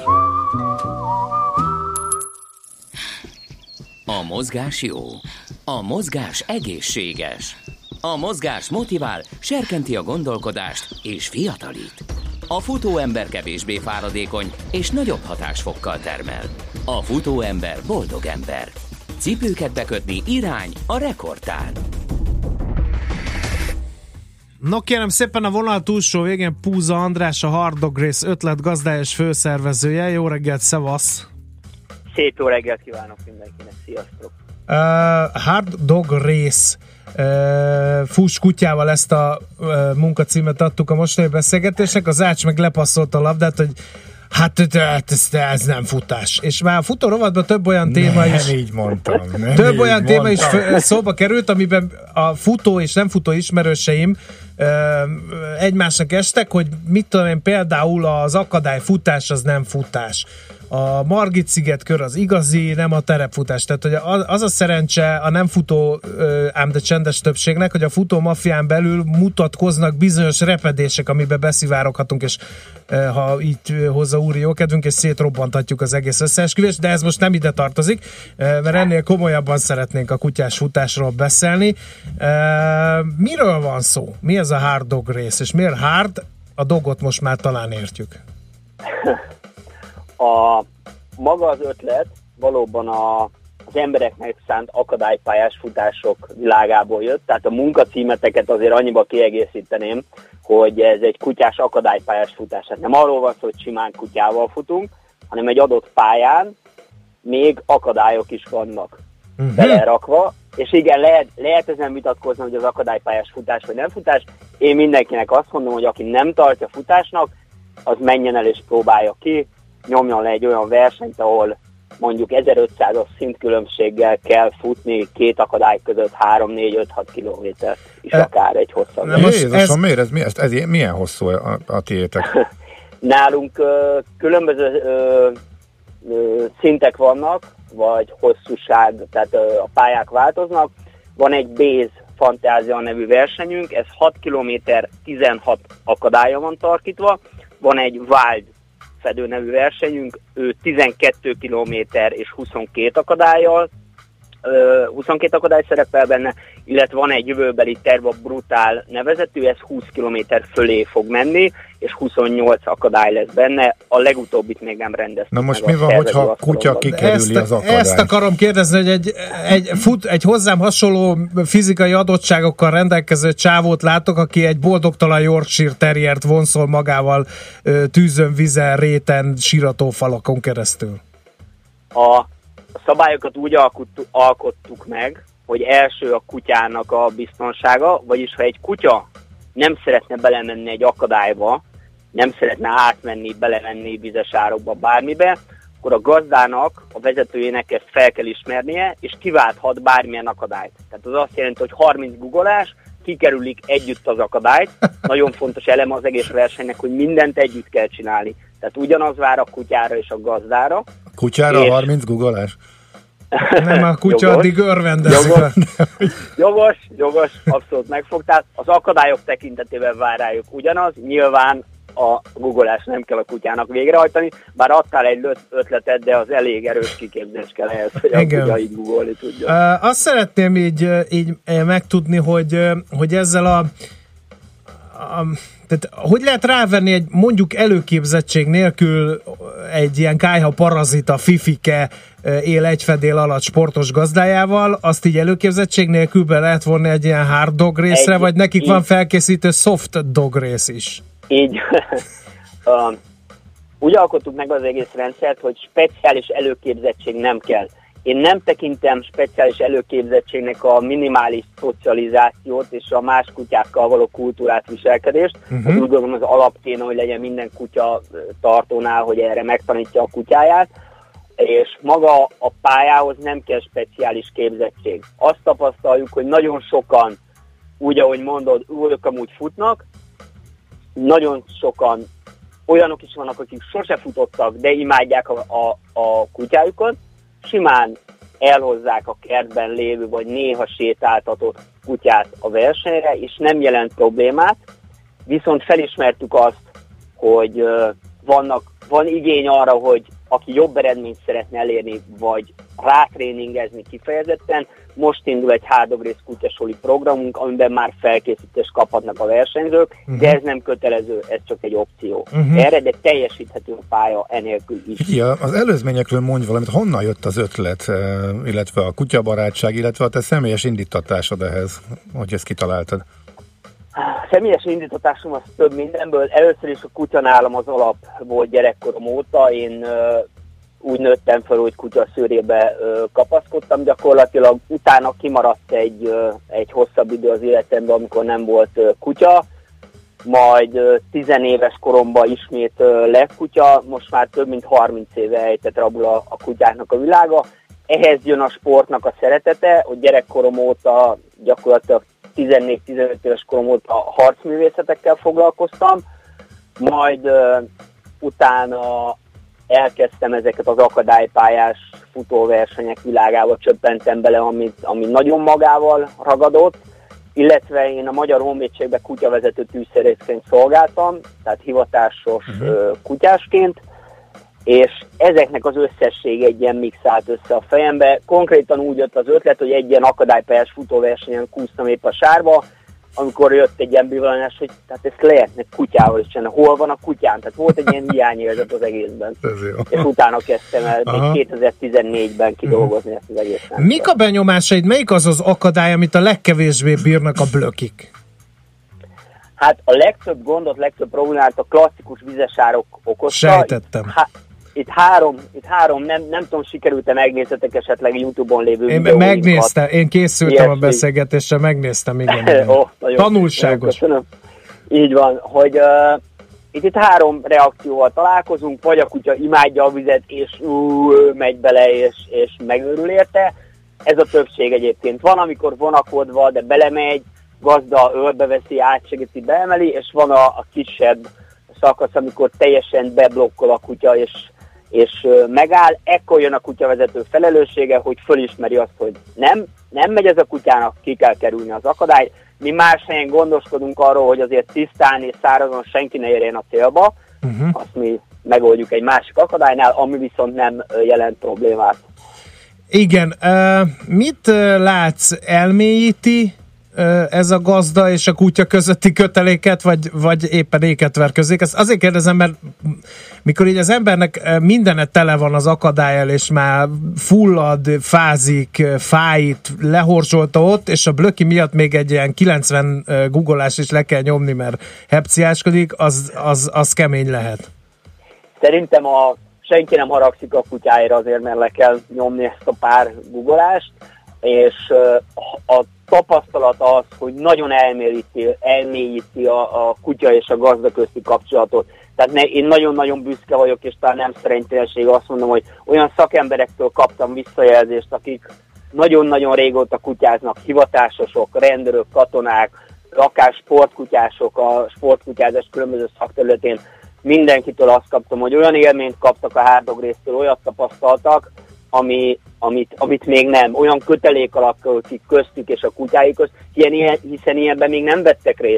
A mozgás jó. A mozgás egészséges. A mozgás motivál, serkenti a gondolkodást és fiatalít. A futóember kevésbé fáradékony és nagyobb hatásfokkal termel. A futóember boldog ember. Cipőket bekötni irány a rekordtár. No kérem szépen, a vonal túlsó végén Púza András, a Hard Dog Race ötletgazdája és főszervezője. Jó reggelt, szevasz! Szép jó reggelt kívánok mindenkinek, sziasztok! Uh, Hard Dog Race uh, Fuss kutyával, ezt a uh, munkacímet adtuk a mostani beszélgetésnek. Az Ács meg lepasszolt a labdát, hogy hát ez, ez nem futás. És már a futó rovatban több olyan téma nem, is így mondtam, nem több így olyan téma mondtam. is szóba került, amiben a futó és nem futó ismerőseim ö, egymásnak estek, hogy mit tudom én, például az akadályfutás az nem futás. A Margit-sziget kör az igazi, nem a terepfutás. Tehát hogy az a szerencse a nem futó, ám de csendes többségnek, hogy a futó mafián belül mutatkoznak bizonyos repedések, amiben beszivároghatunk, és ha így hozza úri jókedvünk, és szétrobbanthatjuk az egész összeesküvést, de ez most nem ide tartozik, mert ennél komolyabban szeretnénk a kutyás futásról beszélni. Miről van szó? Mi ez a Hard Dog Race? És miért hard? A dogot most már talán értjük. A maga az ötlet valóban a, az embereknek szánt akadálypályás futások világából jött, tehát a munkacímeteket azért annyiba kiegészíteném, hogy ez egy kutyás akadálypályás futás. Hát nem arról van szó, hogy simán kutyával futunk, hanem egy adott pályán még akadályok is vannak uh-huh. belerakva, és igen, lehet, lehet ezen vitatkozni, hogy az akadálypályás futás vagy nem futás. Én mindenkinek azt mondom, hogy aki nem tartja futásnak, az menjen el és próbálja ki, nyomjon le egy olyan versenyt, ahol mondjuk ezerötszázas szintkülönbséggel kell futni két akadály között három, négy, öt, hat kilométer, és e, akár egy hosszabb. Nem, Jézusom, ez... miért ez, ez, ez, ez milyen hosszú a, a tiétek? Nálunk ö, különböző ö, ö, szintek vannak, vagy hosszúság, tehát ö, a pályák változnak. Van egy Base Fantázia nevű versenyünk, ez hat kilométer, tizenhat akadálya van tarkítva. Van egy Wild fedő nevű versenyünk, ő tizenkét kilométer és huszonkét akadályjal, huszonkét akadály szerepel benne, illetve van egy jövőbeli terv, a Brutál nevezetű, ez húsz kilométer fölé fog menni, és huszonnyolc akadály lesz benne, a legutóbbit még nem rendeztük. Na most mi van, hogyha a kutya kikerüli az akadályt? Ezt akarom kérdezni, hogy egy, egy, fut, egy hozzám hasonló fizikai adottságokkal rendelkező csávót látok, aki egy boldogtalan Yorkshire terriert vonszol magával tűzön, vizen, réten, síratófalakon keresztül. A A szabályokat úgy alkottuk, alkottuk meg, hogy első a kutyának a biztonsága, vagyis ha egy kutya nem szeretne belemenni egy akadályba, nem szeretne átmenni, belemenni vizes árokba, bármibe, akkor a gazdának, a vezetőjének ezt fel kell ismernie, és kiválthat bármilyen akadályt. Tehát az azt jelenti, hogy harminc guggolás, kikerülik együtt az akadályt. Nagyon fontos eleme az egész versenynek, hogy mindent együtt kell csinálni. Tehát ugyanaz vár a kutyára és a gazdára. A kutyára és... harminc guggolás? Nem, a kutya jogos, addig örvendezik. Jogos, jogos, jogos, abszolút megfogtál. Az akadályok tekintetében vár rájuk ugyanaz. Nyilván a googolás nem kell a kutyának végrehajtani, bár adtál egy ötletet, de az elég erős kiképzés kell ehhez, hogy a kutya így googolni tudja. Uh, azt szeretném így, így megtudni, hogy, hogy ezzel a, a tehát hogy lehet rávenni egy mondjuk előképzettség nélkül egy ilyen kályha parazita fifike él egy fedél alatt sportos gazdájával, azt így előképzettség nélkül be lehet vonni egy ilyen hard dog részre, egy, vagy nekik így, van felkészítő soft dog rész is? Így. uh, úgy alkottuk meg az egész rendszert, hogy speciális előképzettség nem kell. Én nem tekintem speciális előképzettségnek a minimális szocializációt és a más kutyákkal való kultúrát, viselkedést. Uh-huh. Úgy gondolom, az alap kéne, hogy legyen minden kutya tartónál, hogy erre megtanítja a kutyáját, és maga a pályához nem kell speciális képzettség. Azt tapasztaljuk, hogy nagyon sokan, úgy ahogy mondod, ők amúgy futnak, nagyon sokan olyanok is vannak, akik sose futottak, de imádják a, a, a kutyájukat, simán elhozzák a kertben lévő, vagy néha sétáltatott kutyát a versenyre, és nem jelent problémát, viszont felismertük azt, hogy uh, vannak, van igény arra, hogy aki jobb eredményt szeretne elérni, vagy rátréningezni kifejezetten, most indul egy hárdogrész kutyasoli programunk, amiben már felkészítést kaphatnak a versenyzők, uh-huh. de ez nem kötelező, ez csak egy opció. Uh-huh. Erre, de teljesíthető a pálya enélkül is. Ja, az előzményekről mondj valamit, honnan jött az ötlet, illetve a kutyabarátság, illetve a te személyes indítatásod ehhez, hogy ezt kitaláltad? A személyes indítatásom az több mindenből. Először is a kutya nálam az alap volt gyerekkorom óta. Én uh, úgy nőttem fel, hogy kutya szőrébe uh, kapaszkodtam gyakorlatilag. Utána kimaradt egy, uh, egy hosszabb idő az életemben, amikor nem volt uh, kutya. Majd uh, tizenéves koromban ismét uh, lett kutya. Most már több mint harminc éve ejtett rabul a, a kutyáknak a világa. Ehhez jön a sportnak a szeretete, hogy gyerekkorom óta gyakorlatilag tizennégy-tizenöt éves korom óta harcművészetekkel foglalkoztam, majd uh, utána elkezdtem ezeket az akadálypályás futóversenyek világába, csöppentem bele, amit, ami nagyon magával ragadott, illetve én a Magyar Honvédségben kutyavezető tűzszerészként szolgáltam, tehát hivatásos uh-huh. uh, kutyásként, és ezeknek az összessége egy ilyen mix állt össze a fejembe. Konkrétan úgy jött az ötlet, hogy egy ilyen akadálypályás futóversenyen kúsztam épp a sárba, amikor jött egy ilyen bivalánás, hogy tehát ezt lehetne kutyával is csinálni. Hol van a kutyám? Tehát volt egy ilyen hiányérzet az egészben. És utána kezdtem el még kétezer-tizennégyben kidolgozni uh-huh. ezt az egészet. Mik a benyomásaid? Melyik az az akadály, amit a legkevésbé bírnak a blökik? Hát a legtöbb gondot, legtöbb problémát a klasszikus vizesárok okozta. Sejtettem. Há- Itt három, itt három nem, nem tudom, sikerült-e megnézzetek esetleg YouTube-on lévő Én videóinkat. megnéztem, én készültem ilyesmi. A beszélgetésre, megnéztem, igen. igen. oh, nagyon, Tanulságos. Nagyon így van, hogy uh, itt, itt három reakcióval találkozunk, vagy a kutya imádja a vizet, és uh, megy bele, és, és megőrül érte. Ez a többség egyébként. Van, amikor vonakodva, de belemegy, gazda ölbe veszi, átsegíti, beemeli, és van a, a kisebb szakasz, amikor teljesen beblokkol a kutya, és és megáll, ekkor jön a kutyavezető felelőssége, hogy fölismeri azt, hogy nem, nem megy ez a kutyának, ki kell kerülni az akadályt. Mi más helyen gondoskodunk arról, hogy azért tisztán és szárazon senki ne érjen a célba, uh-huh. azt mi megoldjuk egy másik akadálynál, ami viszont nem jelent problémát. Igen, uh, mit látsz, elmélyíti ez a gazda és a kutya közötti köteléket, vagy, vagy éppen éket verközik? Ezt azért kérdezem, mert mikor így az embernek mindene tele van az akadályel, és már fullad, fázik, fájt, lehorzsolta ott, és a blöki miatt még egy ilyen kilencven googolás is le kell nyomni, mert hepciáskodik, az, az, az kemény lehet. Szerintem a, senki nem haragszik a kutyáira azért, mert le kell nyomni ezt a pár googolást, és a tapasztalat az, hogy nagyon elmélyíti, elmélyíti a, a kutya és a gazda közti kapcsolatot. Tehát ne, én nagyon-nagyon büszke vagyok, és talán nem szerencsélenség azt mondom, hogy olyan szakemberektől kaptam visszajelzést, akik nagyon-nagyon régóta kutyáznak, hivatásosok, rendőrök, katonák, akár sportkutyások a sportkutyázás különböző szakterületén. Mindenkitől azt kaptam, hogy olyan élményt kaptak a hárdogrésztől, olyat tapasztaltak, ami, amit, amit még nem, olyan kötelék alakult ki köztük és a kutyáik közt, ilyen, hiszen ilyenben még nem vettek részt.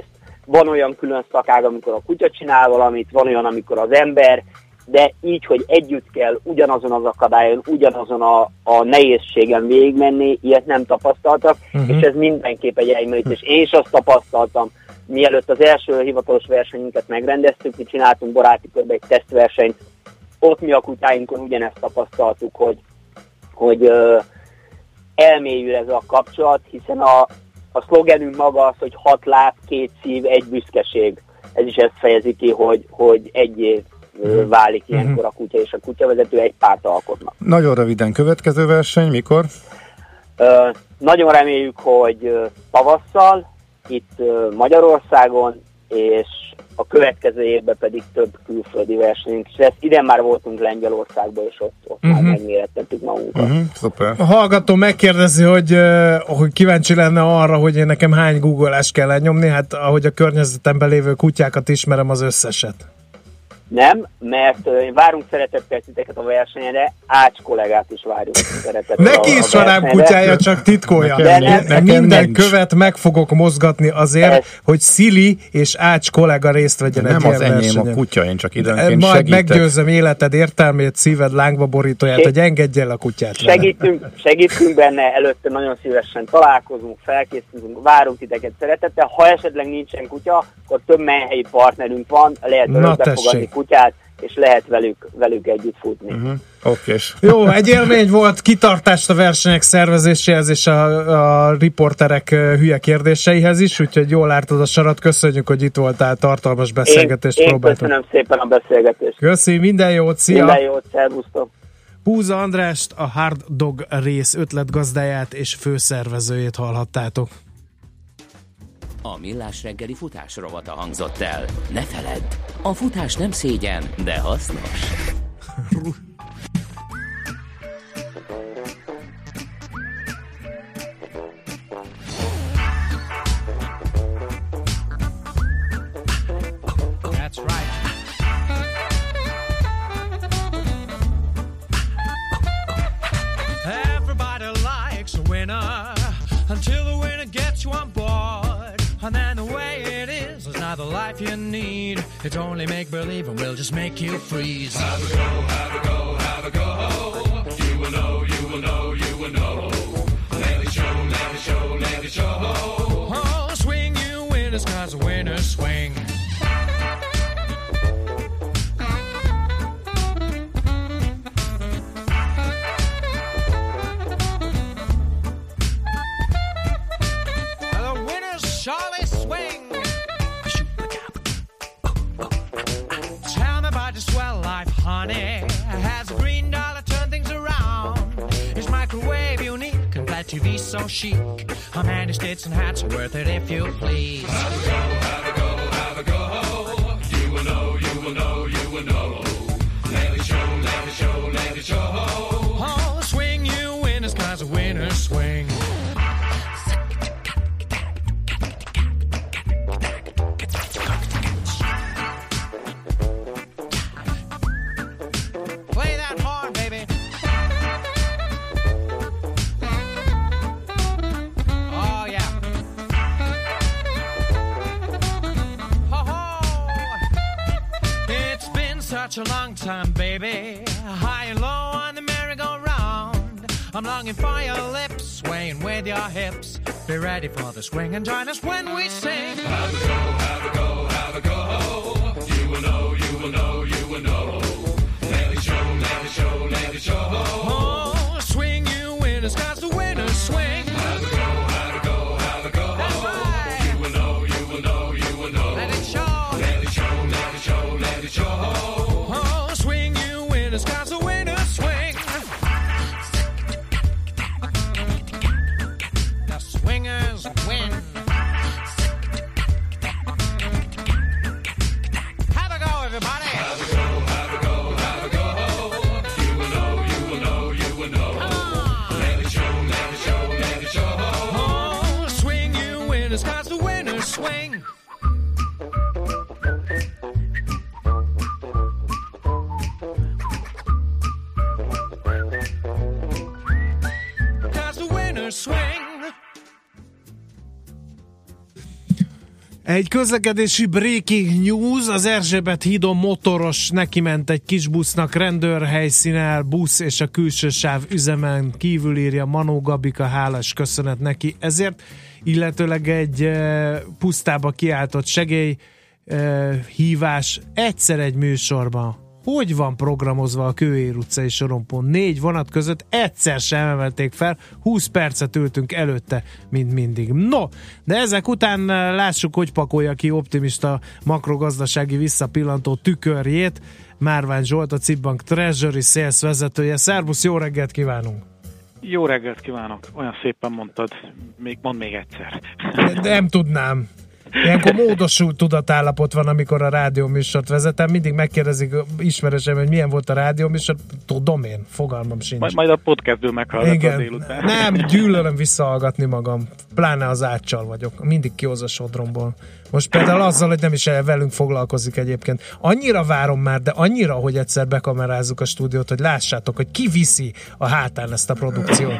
van olyan külön szakág, amikor a kutya csinál valamit, van olyan, amikor az ember, de így, hogy együtt kell ugyanazon az akadályon, ugyanazon a, a nehézségen végigmenni, ilyet nem tapasztaltak, uh-huh. és ez mindenképp egy elmélyítés. Én is azt tapasztaltam, mielőtt az első hivatalos versenyünket megrendeztük, mi csináltunk baráti körbe egy tesztversenyt, ott mi a kutyáinkon ugyanezt tapasztaltuk, hogy, hogy uh, elmélyül ez a kapcsolat, hiszen a, a szlogenünk maga az, hogy hat láb, két szív, egy büszkeség. Ez is ezt fejezi ki, hogy, hogy egy év uh-huh. válik ilyenkor uh-huh. a kutya és a kutyavezető, egy párt alkotnak. Nagyon röviden, következő verseny, mikor? Uh, nagyon reméljük, hogy uh, tavasszal, itt uh, Magyarországon, és a következő évben pedig több külföldi versenyünk. És ezt idén már voltunk Lengyelországban, és ott, ott uh-huh. már megmérettettük magunkat. Uh-huh. Szuper. A hallgató megkérdezi, hogy, uh, hogy kíváncsi lenne arra, hogy én nekem hány googleást kell elnyomni. Hát ahogy a környezetemben lévő kutyákat ismerem, az összeset. Nem, mert uh, várunk szeretettel titeket a versenyre, Ács kollégát is várjuk szeretettel. Neki is van rám kutyája, csak titkolja. De nem, nekem minden nincs. Követ meg fogok mozgatni azért, ez... hogy Szili és Ács kollega részt vegyen nem egy ilyen versenyen. Nem az enyém a kutya, én csak időnként majd segítek. Meggyőzöm életed értelmét, szíved lángba borítóját, hogy engedj el a kutyát. Segítünk, segítünk benne, előtte nagyon szívesen találkozunk, felkészülünk, várunk titeket szeretettel. Ha esetleg nincsen kutya, akkor több menhelyi partnerünk van, lehet befogadni kutyát, és lehet velük, velük együtt futni. Uh-huh. Okés. Jó, egy élmény volt, kitartást a versenyek szervezéséhez és a, a riporterek hülye kérdéseihez is, úgyhogy jól ártad a sarat, köszönjük, hogy itt voltál, tartalmas beszélgetést én, próbáltam. Én köszönöm szépen a beszélgetést. Köszi, minden jót, szia! Minden jót, szervusztok! Búza Andrást, a Hard Dog rész ötletgazdáját és főszervezőjét hallhattátok. A Millás reggeli futás rovata hangzott el. Ne feledd, a futás nem szégyen, de hasznos. That's right. Everybody likes a winner until the winner gets you on board. And then the way it is is not the life you need. It's only make-believe and we'll just make you freeze. Have a go, have a go, have a go. You will know, you will know, you will know. Let it show, let it show, let it show. Oh, swing you winners, cause winners swing. Charlie swing. Tell me about your swell life, honey. Has a green dollar turned things around? Is microwave unique and flat T V so chic? How many states and hats are worth it if you please? Have a go, have a go, have a go. You will know, you will know, you will know. Let it show, let it show, let it show. Oh, swing you winners, cause a winners swing. Such a long time, baby. High and low on the merry-go-round. I'm longing for your lips, swaying with your hips. Be ready for the swing and join us when we sing. Have a go, have a go, have a go. You will know, you will know, you will know. Let it show, let it show, let it show. Oh, swing you winners, cause the winners swing. Have a go, have a go, have a go. That's right. You will know, you will know, you will know. Let it show, let it show, let it show, let it show. Cause the winners swing. The swingers win. Have a go, everybody. Have a go, have a go, have a go. You will know, you will know, you will know. Let it show, let it show, let it show. Oh, swing you winners, cause the winners swing. Egy közlekedési breaking news, az Erzsébet hídon motoros nekiment egy kis busznak, rendőrhelyszínel, busz és a külső sáv üzemen kívül, írja Manó Gabika, hálás köszönet neki ezért, illetőleg egy e, pusztába kiáltott segély e, hívás egyszer egy műsorban. Hogy van programozva a Kőér utcai sorompón? Négy vonat között egyszer sem emelték fel, húsz percet ültünk előtte, mint mindig. No, de ezek után lássuk, hogy pakolja ki optimista makrogazdasági visszapillantó tükörjét. Márvány Zsolt, a Cibbank Treasury Sales vezetője. Szervusz, jó reggelt kívánunk! Jó reggelt kívánok! Olyan szépen mondtad, még, mondd még egyszer. De nem tudnám. Ilyenkor módosult tudatállapot van, amikor a rádióműsort vezetem. Mindig megkérdezik ismerősem, hogy milyen volt a rádióműsor. Tudom én, fogalmam sincs. Majd, majd a podcastből meghallgatod délután. Nem, gyűlölöm visszahallgatni magam. Pláne az áccsal vagyok. Mindig kihoz a sodromból. Most például azzal, hogy nem is velünk foglalkozik egyébként. Annyira várom már, de annyira, hogy egyszer bekamerázzuk a stúdiót, hogy lássátok, hogy ki viszi a hátán ezt a produkciót.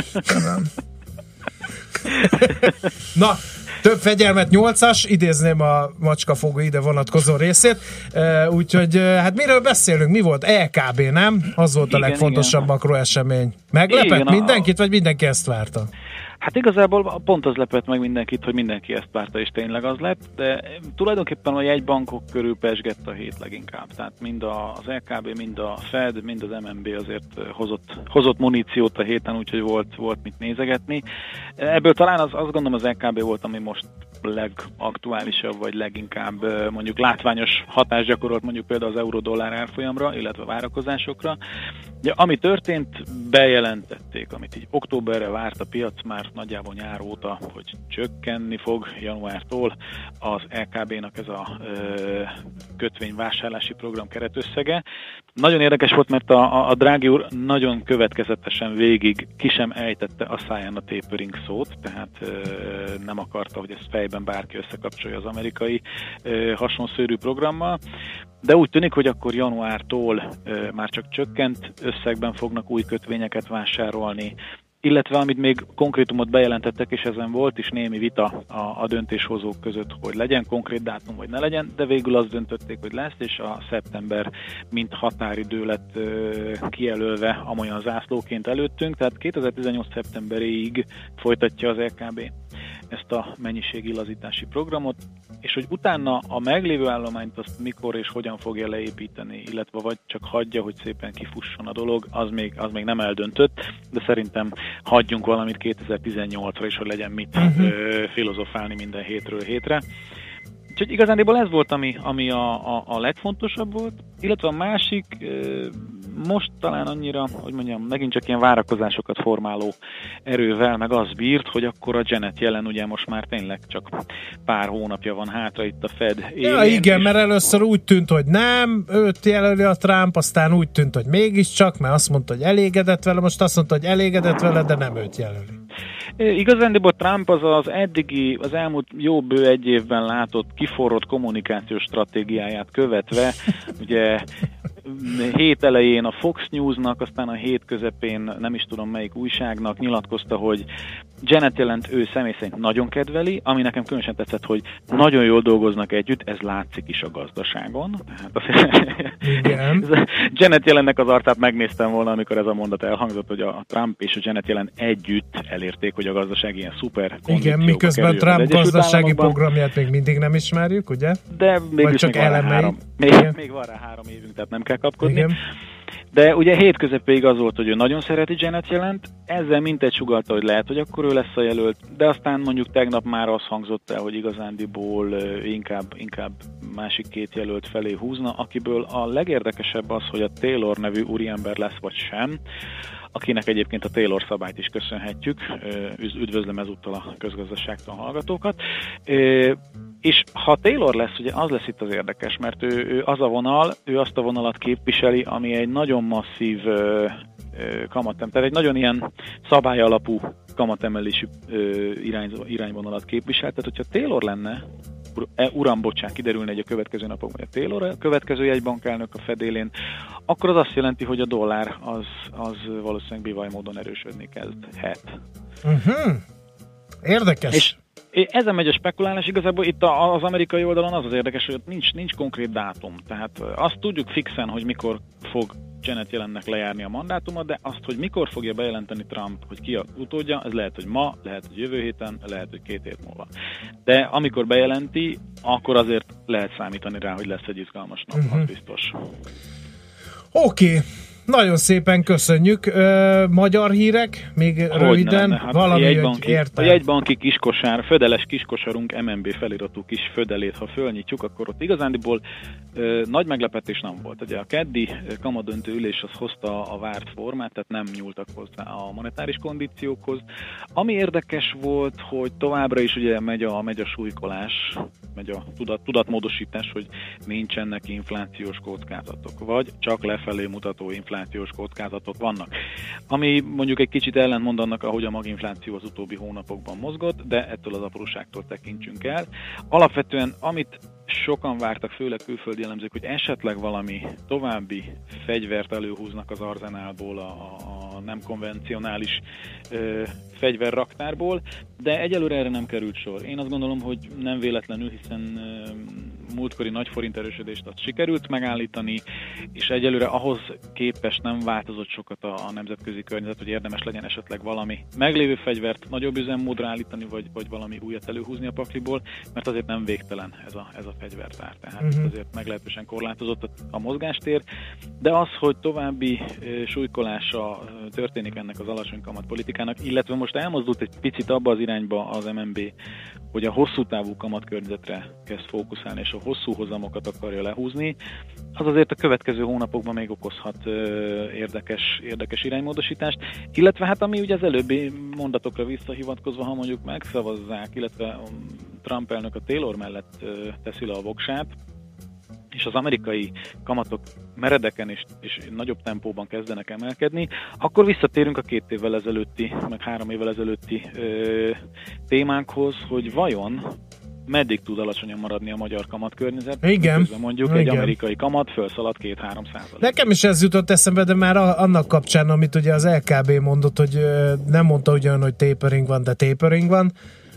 Na, több fegyelmet, nyolcas, idézném a macskafogó ide vonatkozó részét, úgyhogy hát miről beszélünk, mi volt? é ká bé, nem? Az volt igen, a legfontosabb igen. makroesemény. Meglepett igen, mindenkit, a... vagy mindenki ezt várta? Hát igazából pont az lepett meg mindenkit, hogy mindenki ezt várta, és tényleg az lett, de tulajdonképpen a jegybankok körül pesgett a hét leginkább. Tehát mind az é ká bé, mind a Fed, mind az em en bé azért hozott, hozott muníciót a héten, úgyhogy volt, volt mit nézegetni. Ebből talán az, azt gondolom az é ká bé volt, ami most legaktuálisabb, vagy leginkább mondjuk látványos hatást gyakorolt mondjuk például az euró-dollár árfolyamra, illetve várakozásokra. Ugye, ami történt, bejelentették, amit így októberre várt a piac már nagyjából nyár óta, hogy csökkenni fog januártól az é ká bé-nak ez a ö, kötvényvásárlási program keretösszege. Nagyon érdekes volt, mert a, a Draghi úr nagyon következetesen végig ki sem ejtette a száján a tapering szót, tehát ö, nem akarta, hogy ezt fejben bárki összekapcsolja az amerikai ö, hasonszörű programmal. De úgy tűnik, hogy akkor januártól ö, már csak csökkent összegben fognak új kötvényeket vásárolni, illetve amit még konkrétumot bejelentettek, és ezen volt is némi vita a, a döntéshozók között, hogy legyen konkrét dátum, vagy ne legyen, de végül azt döntötték, hogy lesz, és a szeptember mint határidő lett ö, kijelölve amolyan zászlóként előttünk, tehát kétezer-tizennyolc szeptemberéig folytatja az é ká bé ezt a mennyiségi lazítási programot, és hogy utána a meglévő állományt azt mikor és hogyan fogja leépíteni, illetve vagy csak hagyja, hogy szépen kifusson a dolog, az még, az még nem eldöntött, de szerintem hagyjunk valamit kétezer-tizennyolcra is, hogy legyen mit uh-huh. ö, filozofálni minden hétről hétre. Úgyhogy igazándiból ez volt, ami, ami a, a, a legfontosabb volt, illetve a másik ö, most talán annyira, hogy mondjam, megint csak ilyen várakozásokat formáló erővel, meg az bírt, hogy akkor a Janet Yellen ugye most már tényleg csak pár hónapja van hátra itt a Fed élén. Ja, igen, mert először úgy tűnt, hogy nem, őt jelöli a Trump, aztán úgy tűnt, hogy mégiscsak, mert azt mondta, hogy elégedett vele, most azt mondta, hogy elégedett vele, de nem őt jelöli. Igazándiból Trump az az eddigi, az elmúlt jó bő egy évben látott kiforrott kommunikációs stratégiáját követve, ugye hét elején a Fox Newsnak, aztán a hét közepén nem is tudom melyik újságnak nyilatkozta, hogy Janet Yellent ő személy szerint nagyon kedveli, ami nekem különösen tetszett, hogy nagyon jól dolgoznak együtt, ez látszik is a gazdaságon. Tehát az, Janet Yellennek az arcát megnéztem volna, amikor ez a mondat elhangzott, hogy a Trump és a Janet Yellen együtt elérték, hogy a gazdaság ilyen szuper igen, miközben Trump gazdasági programját még mindig nem ismerjük, ugye? De mégis még, van három, még, még van rá három évünk, tehát nem kell kapkodni. Igen. De ugye hét közepéig az volt, hogy ő nagyon szereti Janet Yellent, ezzel mintegy sugallta, hogy lehet, hogy akkor ő lesz a jelölt, de aztán mondjuk tegnap már az hangzott el, hogy igazándiból inkább, inkább másik két jelölt felé húzna, akiből a legérdekesebb az, hogy a Taylor nevű úriember lesz vagy sem, akinek egyébként a Taylor szabályt is köszönhetjük, üdvözlöm ezúttal a közgazdaságtan hallgatókat. És ha Taylor lesz, ugye az lesz itt az érdekes, mert ő, ő az a vonal, ő azt a vonalat képviseli, ami egy nagyon masszív kamatem, tehát egy nagyon ilyen szabályalapú kamatemelésű irány, irányvonalat képvisel. Tehát, hogyha Taylor lenne, uram, bocsánat, kiderülne egy a következő napokban, hogy a Taylor a következő jegybankelnök a Fed élén, akkor az azt jelenti, hogy a dollár az, az valószínűleg bivaj módon erősödni kezdhet. Uh-huh. Érdekes. És Ezen megy a spekulálás, igazából itt az amerikai oldalon az az érdekes, hogy nincs, nincs konkrét dátum. Tehát azt tudjuk fixen, hogy mikor fog Janet Yellennek lejárni a mandátuma, de azt, hogy mikor fogja bejelenteni Trump, hogy ki az utódja, ez lehet, hogy ma, lehet, hogy jövő héten, lehet, hogy két hét múlva. De amikor bejelenti, akkor azért lehet számítani rá, hogy lesz egy izgalmas nap, uh-huh. az biztos. Oké. Okay. Nagyon szépen köszönjük. Ö, magyar hírek, még hogy röviden, hát valami, jegybanki, hogy értem. A jegybanki kiskosár, födeles kiskosarunk em en bé feliratú kis födelét, ha fölnyitjuk, akkor ott igazándiból ö, nagy meglepetés nem volt. Ugye a keddi kamadöntő ülés az hozta a várt formát, tehát nem nyúltak hozzá a monetáris kondíciókhoz. Ami érdekes volt, hogy továbbra is ugye megy a, megy a súlykolás, megy a tudat, tudatmódosítás, hogy nincsenek inflációs kockázatok, vagy csak lefelé mutató inflációs kockázatok vannak. Ami mondjuk egy kicsit ellentmond annak, ahogy a maginfláció az utóbbi hónapokban mozgott, de ettől az apróságtól tekintsünk el. Alapvetően, amit sokan vártak, főleg külföldi elemzők, hogy esetleg valami további fegyvert előhúznak az arzenálból, a, a nem konvencionális ö, fegyverraktárból, de egyelőre erre nem került sor. Én azt gondolom, hogy nem véletlenül, hiszen ö, múltkori nagy forint erősödést azt sikerült megállítani, és egyelőre ahhoz képest nem változott sokat a, a nemzetközi környezet, hogy érdemes legyen esetleg valami meglévő fegyvert nagyobb üzemmódra állítani, vagy, vagy valami újat előhúzni a pakliból, mert azért nem végtelen ez a, ez a fegyvertár, tehát uh-huh. azért meglehetősen korlátozott a, a mozgástér, de az, hogy további e, súlykolása történik ennek az alacsony kamatpolitikának, illetve most elmozdult egy picit abba az irányba az em en bé, hogy a hosszú távú kamatkörnyezetre kezd fókuszálni, és a hosszú hozamokat akarja lehúzni, az azért a következő hónapokban még okozhat ö, érdekes, érdekes iránymódosítást, illetve hát ami ugye az előbbi mondatokra visszahivatkozva, ha mondjuk megszavazzák, illetve Trump elnök a Taylor mellett ö, teszi le a voksát, és az amerikai kamatok meredeken és, és nagyobb tempóban kezdenek emelkedni, akkor visszatérünk a két évvel ezelőtti, meg három évvel ezelőtti ö, témánkhoz, hogy vajon meddig tud alacsonyan maradni a magyar kamatkörnyezet. Igen. Közben mondjuk Igen. egy amerikai kamat felszalad két-három százalék. Nekem is ez jutott eszembe, de már annak kapcsán, amit ugye az el ká bé mondott, hogy nem mondta ugyan, hogy tapering van, de tapering van,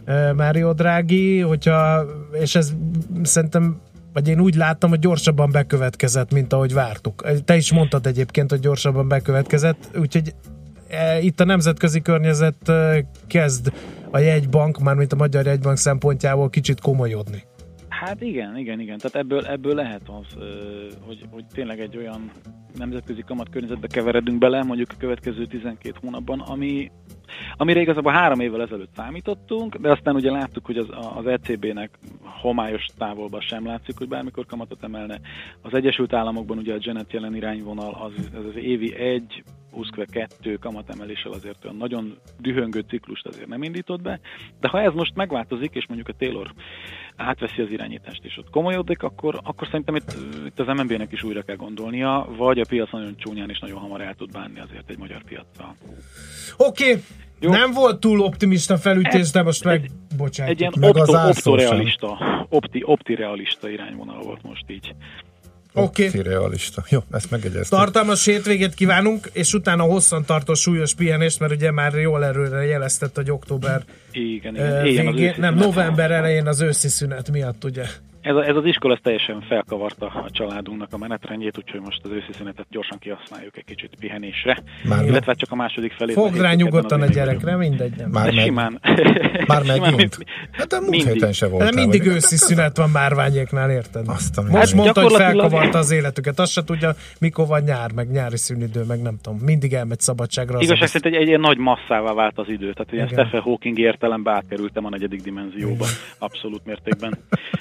Mário Draghi, hogyha, és ez szerintem, vagy én úgy láttam, hogy gyorsabban bekövetkezett, mint ahogy vártuk. Te is mondtad egyébként, hogy gyorsabban bekövetkezett, úgyhogy itt a nemzetközi környezet kezd a jegybank, mármint a Magyar Jegybank szempontjából kicsit komolyodni. Hát igen, igen, igen. Tehát ebből, ebből lehet az, hogy, hogy tényleg egy olyan nemzetközi kamatkörnyezetbe keveredünk bele, mondjuk a következő tizenkét hónapban, ami, amire igazából három évvel ezelőtt számítottunk, de aztán ugye láttuk, hogy az, az é cé bé-nek homályos távolban sem látszik, hogy bármikor kamatot emelne. Az Egyesült Államokban ugye a Janet Yellen irányvonal az, az, az évi egy, pluszkve kettő kamatemeléssel azért olyan nagyon dühöngő ciklust azért nem indított be, de ha ez most megváltozik, és mondjuk a Taylor átveszi az irányítást, és ott komolyodik, akkor, akkor szerintem itt, itt az em en bé-nek is újra kell gondolnia, vagy a piac nagyon csúnyán és nagyon hamar el tud bánni azért egy magyar piaccal. Oké, okay. Nem volt túl optimista felütés, de most meg, bocsánat. Egy ilyen opto, optorealista, opti, optirealista irányvonal volt most így. Oké. Okay. Realista. Jó, ezt megegyeztem. Tartalmas hétvégét kívánunk, és utána hosszantartó súlyos pihenést, mert ugye már jól erőre jeleztett, hogy október igen, igen. Uh, végén, nem, november elején az őszi szünet miatt, ugye? Ez, a, ez az iskola teljesen felkavarta a családunknak a menetrendjét, úgyhogy most az őszi szünetet gyorsan kihasználjuk egy kicsit pihenésre. Már illetve csak a második felét. Fogd rá nyugodtan a gyerekre, mindegy. Nem. Már, meg, simán, már megint? Hát a múlt héten se voltál. De mindig őszi szünet van márványéknál, érted? Aztán most hát mondta, hogy felkavarta az életüket. Azt se tudja, mikor van nyár, meg nyári szünidő, meg nem tudom. Mindig elmegy szabadságra. Igazság szerint egy, egy ilyen nagy masszává vált az idő. Tehát ilyen Stephen Hawking értelemben átkerültem a negyedik dimenzióba. Abszolút mértékben.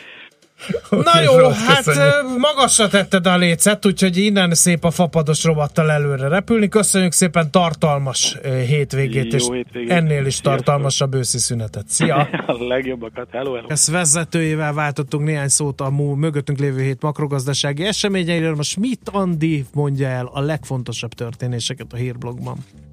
Na jó, hát köszönjük. Magasra tetted a lécet, úgyhogy innen szép a fapados rovattal előre repülni. Köszönjük szépen, tartalmas hétvégét, jó és hétvégét. Ennél is tartalmasabb őszi szünetet. Szia! A legjobbakat, hello, hello! Ezt vezetőjével váltottunk néhány szót a mögöttünk lévő hét makrogazdasági eseményeiről. Most Schmidt Andi mondja el a legfontosabb történéseket a hírblogban.